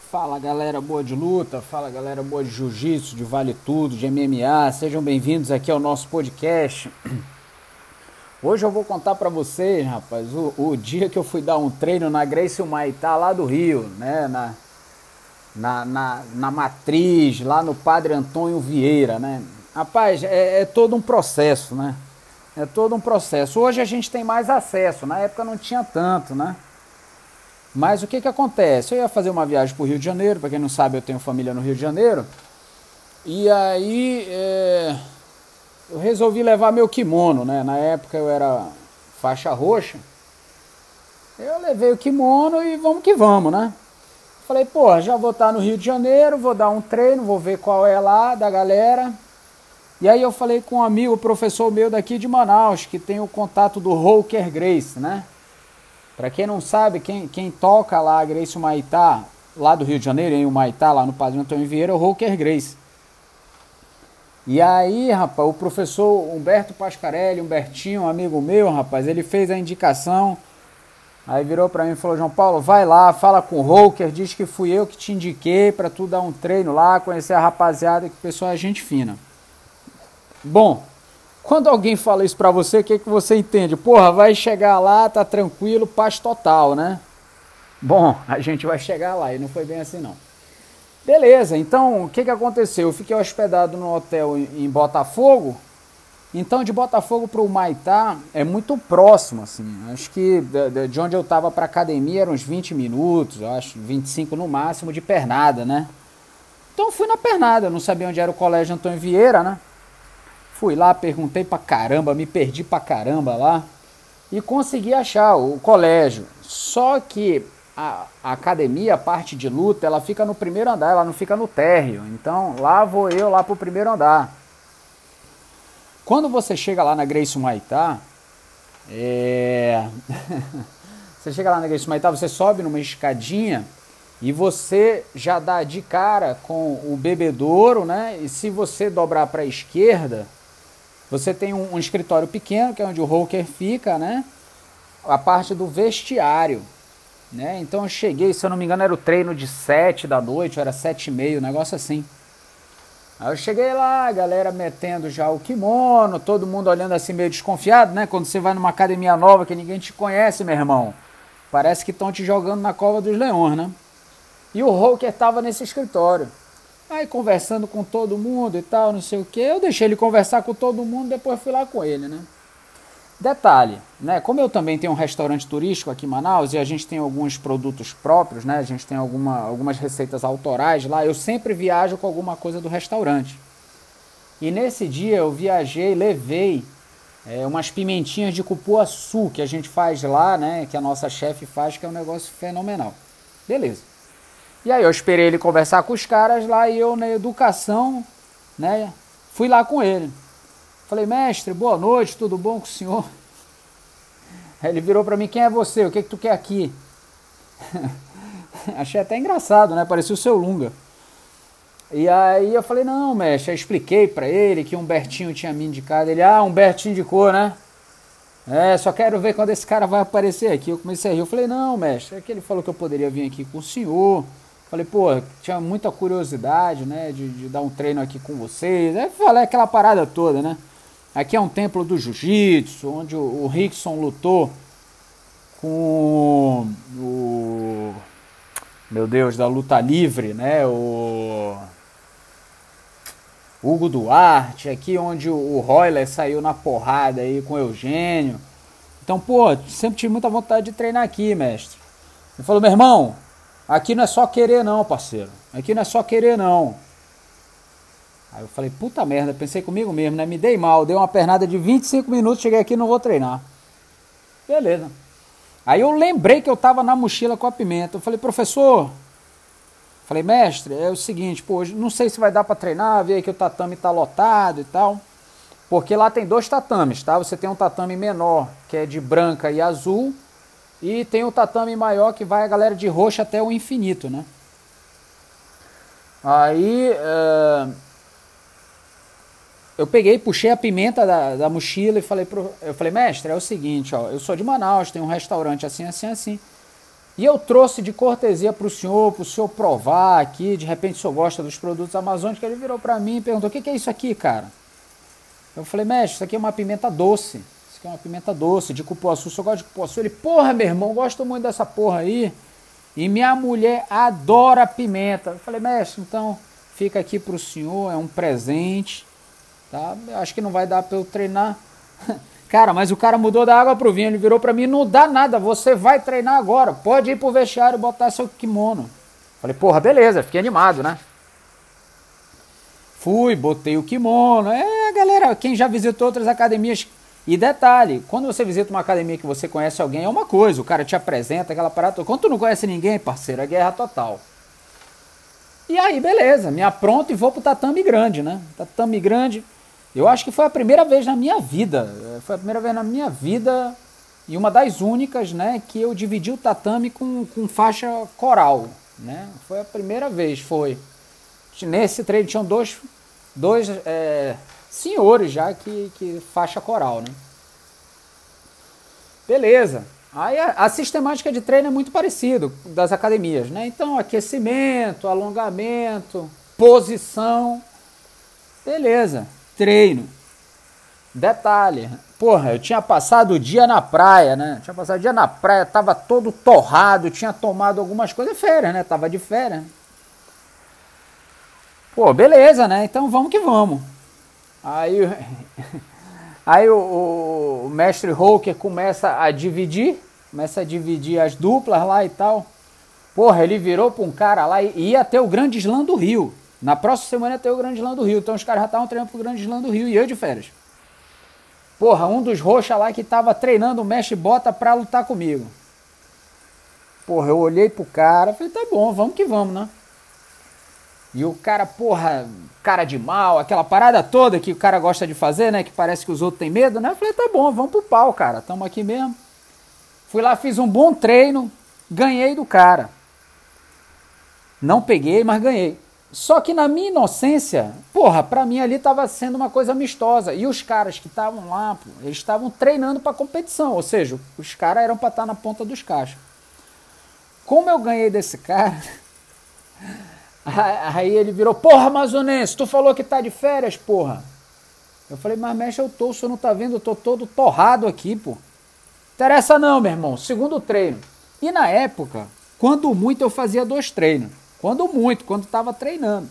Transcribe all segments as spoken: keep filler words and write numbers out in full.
Fala galera boa de luta, fala galera boa de jiu-jitsu, de vale tudo, de M M A, sejam bem-vindos aqui ao nosso podcast. Hoje eu vou contar pra vocês, rapaz, o, o dia que eu fui dar um treino na Gracie Humaitá lá do Rio, né, na, na, na, na Matriz, lá no Padre Antônio Vieira, né. Rapaz, é, é todo um processo, né, é todo um processo. Hoje a gente tem mais acesso, na época não tinha tanto, né. Mas o que que acontece? Eu ia fazer uma viagem para o Rio de Janeiro, para quem não sabe eu tenho família no Rio de Janeiro, e aí é, eu resolvi levar meu kimono, né? Na época eu era faixa roxa, eu levei o kimono e vamos que vamos, né? Falei, pô, já vou estar no Rio de Janeiro, vou dar um treino, vou ver qual é lá da galera. E aí eu falei com um amigo, professor meu daqui de Manaus, que tem o contato do Roker Gracie, né? Para quem não sabe, quem, quem toca lá a Gracie Humaitá, lá do Rio de Janeiro, em Humaitá, lá no Padre Antônio Vieira, é o Roker Gracie. E aí, rapaz, o professor Humberto Pascarelli, Humbertinho, um amigo meu, rapaz, ele fez a indicação, aí virou para mim e falou, João Paulo, vai lá, fala com o Roker, diz que fui eu que te indiquei para tu dar um treino lá, conhecer a rapaziada, que o pessoal é gente fina. Bom, quando alguém fala isso pra você, o que que você entende? Porra, vai chegar lá, tá tranquilo, paz total, né? Bom, a gente vai chegar lá e não foi bem assim não. Beleza, então o que que aconteceu? Eu fiquei hospedado no hotel em Botafogo, então de Botafogo pro Humaitá é muito próximo, assim. Acho que de onde eu tava pra academia eram uns vinte minutos, eu acho, vinte e cinco no máximo de pernada, né? Então fui na pernada, não sabia onde era o Colégio Antônio Vieira, né? Fui lá, perguntei pra caramba, me perdi pra caramba lá e consegui achar o colégio. Só que a, a academia, a parte de luta, ela fica no primeiro andar, ela não fica no térreo. Então lá vou eu lá pro primeiro andar. Quando você chega lá na Gracie Humaitá, é... você chega lá na Gracie Humaitá, você sobe numa escadinha e você já dá de cara com o bebedouro, né? E se você dobrar para a esquerda, você tem um, um escritório pequeno, que é onde o Roker fica, né? A parte do vestiário, né? Então eu cheguei, se eu não me engano, era o treino de sete da noite, era sete e meia, um negócio assim. Aí eu cheguei lá, a galera metendo já o kimono, todo mundo olhando assim meio desconfiado, né? Quando você vai numa academia nova que ninguém te conhece, meu irmão, parece que estão te jogando na cova dos leões, né? E o Roker estava nesse escritório. Aí conversando com todo mundo e tal, não sei o que, eu deixei ele conversar com todo mundo, depois fui lá com ele, né? Detalhe, né? Como eu também tenho um restaurante turístico aqui em Manaus e a gente tem alguns produtos próprios, né? A gente tem alguma, algumas receitas autorais lá, eu sempre viajo com alguma coisa do restaurante. E nesse dia eu viajei, levei é, umas pimentinhas de cupuaçu que a gente faz lá, né? Que a nossa chefe faz, que é um negócio fenomenal. Beleza. E aí eu esperei ele conversar com os caras lá e eu na educação, né, fui lá com ele. Falei, mestre, boa noite, tudo bom com o senhor? Aí ele virou pra mim, quem é você? O que que tu quer aqui? Achei até engraçado, né, parecia o seu Lunga. E aí eu falei, não, mestre, eu expliquei pra ele que o Humbertinho tinha me indicado. Ele, ah, Humbertinho indicou, né? É, só quero ver quando esse cara vai aparecer aqui. Eu comecei a rir, eu falei, não, mestre, é que ele falou que eu poderia vir aqui com o senhor. Falei, pô, tinha muita curiosidade, né, de, de dar um treino aqui com vocês. Aí falei aquela parada toda, né. Aqui é um templo do jiu-jitsu, onde o, o Rickson lutou com o, meu Deus, da luta livre, né, o Hugo Duarte. Aqui onde o, o Royler saiu na porrada aí com o Eugênio. Então, pô, sempre tive muita vontade de treinar aqui, mestre. Ele falou, meu irmão, aqui não é só querer não, parceiro. Aqui não é só querer não. Aí eu falei, puta merda, pensei comigo mesmo, né? Me dei mal, dei uma pernada de vinte e cinco minutos, cheguei aqui e não vou treinar. Beleza. Aí eu lembrei que eu tava na mochila com a pimenta. Eu falei, professor, falei, mestre, é o seguinte, pô, hoje não sei se vai dar pra treinar, ver que o tatame tá lotado e tal. Porque lá tem dois tatames, tá? Você tem um tatame menor, que é de branca e azul, e tem o tatame maior que vai a galera de roxo até o infinito, né? Aí uh, eu peguei, puxei a pimenta da, da mochila e falei pro, eu falei, mestre, é o seguinte, ó, eu sou de Manaus, tenho um restaurante assim, assim, assim. E eu trouxe de cortesia para o senhor, para o senhor provar aqui, de repente o senhor gosta dos produtos amazônicos. Ele virou para mim e perguntou, o que, que é isso aqui, cara? Eu falei, mestre, isso aqui é uma pimenta doce. Isso aqui é uma pimenta doce, de cupuaçu. O senhor gosta de cupuaçu? Ele, porra, meu irmão, gosto muito dessa porra aí. E minha mulher adora pimenta. Eu falei, mestre, então fica aqui para o senhor, é um presente. Tá? Acho que não vai dar para eu treinar. Cara, mas o cara mudou da água pro vinho, ele virou pra mim, não dá nada, você vai treinar agora, pode ir pro vestiário e botar seu kimono. Falei, porra, beleza, fiquei animado, né? Fui, botei o kimono, é, galera, quem já visitou outras academias, e detalhe, quando você visita uma academia que você conhece alguém, é uma coisa, o cara te apresenta, aquela parada, quando tu não conhece ninguém, parceiro, é guerra total. E aí, beleza, me apronto e vou pro tatame grande, né? Tatame grande... Eu acho que foi a primeira vez na minha vida, foi a primeira vez na minha vida e uma das únicas, né, que eu dividi o tatame com, com faixa coral, né, foi a primeira vez, foi. Nesse treino tinham dois, dois é, senhores já que, que faixa coral, né. Beleza, aí a, a sistemática de treino é muito parecida das academias, né, então aquecimento, alongamento, posição, beleza. Treino. Detalhe, porra, eu tinha passado o dia na praia, né? Tinha passado o dia na praia, tava todo torrado, tinha tomado algumas coisas, férias, né? Tava de férias. Pô, beleza, né? Então vamos que vamos. Aí, aí o, o mestre Holker começa a dividir, começa a dividir as duplas lá e tal. Porra, ele virou pra um cara lá e ia ter o Grande Slam do Rio. Na próxima semana ia ter o Grande Slam do Rio. Então os caras já estavam treinando pro Grande Slam do Rio e eu de férias. Porra, um dos roxas lá que tava treinando o mestre bota pra lutar comigo. Porra, eu olhei pro cara, falei, tá bom, vamos que vamos, né? E o cara, porra, cara de mal, aquela parada toda que o cara gosta de fazer, né? Que parece que os outros têm medo, né? Eu falei, tá bom, vamos pro pau, cara, tamo aqui mesmo. Fui lá, fiz um bom treino, ganhei do cara. Não peguei, mas ganhei. Só que na minha inocência, porra, pra mim ali tava sendo uma coisa amistosa. E os caras que estavam lá, pô, eles estavam treinando pra competição. Ou seja, os caras eram pra estar na ponta dos cachos. Como eu ganhei desse cara, aí ele virou, porra, amazonense, tu falou que tá de férias, porra. Eu falei, mas mestre, eu tô, o senhor não tá vendo, eu tô todo torrado aqui, pô. Interessa não, meu irmão, segundo treino. E na época, quando muito eu fazia dois treinos. Quando muito, quando estava treinando.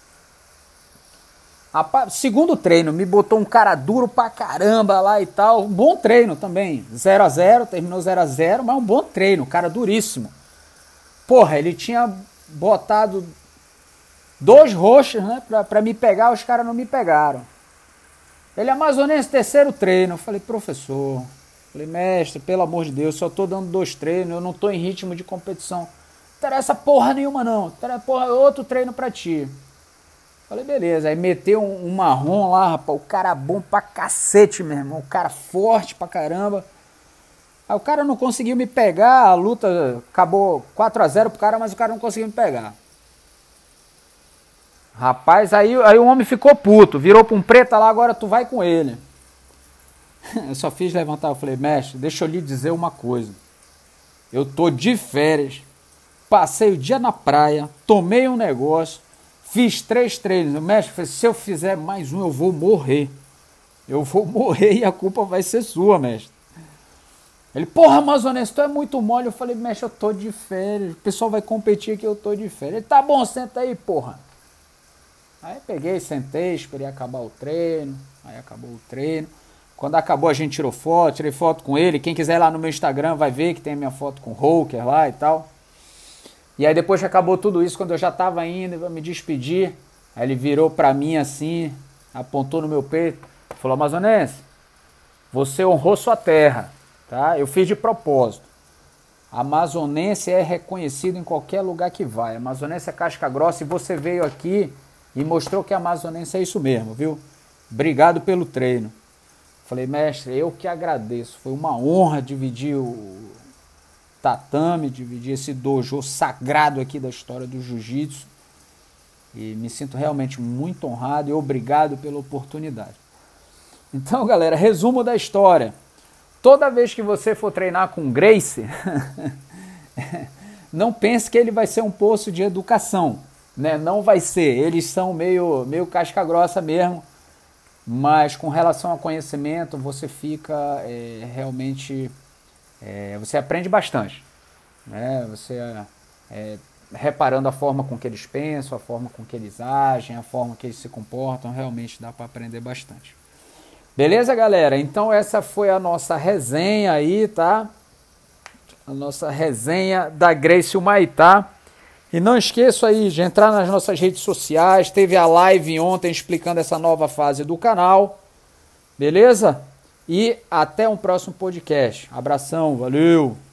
A, segundo treino, me botou um cara duro pra caramba lá e tal. Um bom treino também. zero a zero, terminou zero a zero, mas um bom treino, cara duríssimo. Porra, ele tinha botado dois roxos, né, pra, pra me pegar, os caras não me pegaram. Ele, amazonense, terceiro treino. Eu falei, professor, falei, mestre, pelo amor de Deus, só tô dando dois treinos, eu não tô em ritmo de competição. Não interessa porra nenhuma não, interessa porra, outro treino pra ti. Falei, beleza, aí meteu um, um marrom lá, rapaz, o cara bom pra cacete, meu irmão, o cara forte pra caramba. Aí o cara não conseguiu me pegar, a luta acabou quatro a zero pro cara, mas o cara não conseguiu me pegar. Rapaz, aí, aí o homem ficou puto, virou pra um preta lá, agora tu vai com ele. Eu só fiz levantar, eu falei, mestre, deixa eu lhe dizer uma coisa. Eu tô de férias. Passei o dia na praia, tomei um negócio, fiz três treinos. O mestre falou, se eu fizer mais um, eu vou morrer. Eu vou morrer e a culpa vai ser sua, mestre. Ele, porra, amazonense, tu é muito mole. Eu falei, mestre, eu tô de férias. O pessoal vai competir aqui, eu tô de férias. Ele, tá bom, senta aí, porra. Aí peguei, sentei, esperei acabar o treino. Aí acabou o treino. Quando acabou, a gente tirou foto, tirei foto com ele. Quem quiser ir lá no meu Instagram vai ver que tem a minha foto com o Holker lá e tal. E aí depois que acabou tudo isso, quando eu já tava indo, eu me despedir, aí ele virou pra mim assim, apontou no meu peito, falou, amazonense, você honrou sua terra, tá? Eu fiz de propósito. Amazonense é reconhecido em qualquer lugar que vai. Amazonense é casca grossa e você veio aqui e mostrou que a amazonense é isso mesmo, viu? Obrigado pelo treino. Falei, mestre, eu que agradeço. Foi uma honra dividir o tatame, dividir esse dojo sagrado aqui da história do jiu-jitsu. E me sinto realmente muito honrado e obrigado pela oportunidade. Então, galera, resumo da história. Toda vez que você for treinar com Gracie, não pense que ele vai ser um poço de educação, né? Não vai ser. Eles são meio, meio casca grossa mesmo, mas com relação ao conhecimento, você fica é, realmente... É, você aprende bastante, né? Você é, reparando a forma com que eles pensam, a forma com que eles agem, a forma que eles se comportam, realmente dá para aprender bastante. Beleza, galera? Então essa foi a nossa resenha aí, tá? A nossa resenha da Gracie Humaitá. E não esqueça aí de entrar nas nossas redes sociais. Teve a live ontem explicando essa nova fase do canal. Beleza? E até um próximo podcast. Abração, valeu!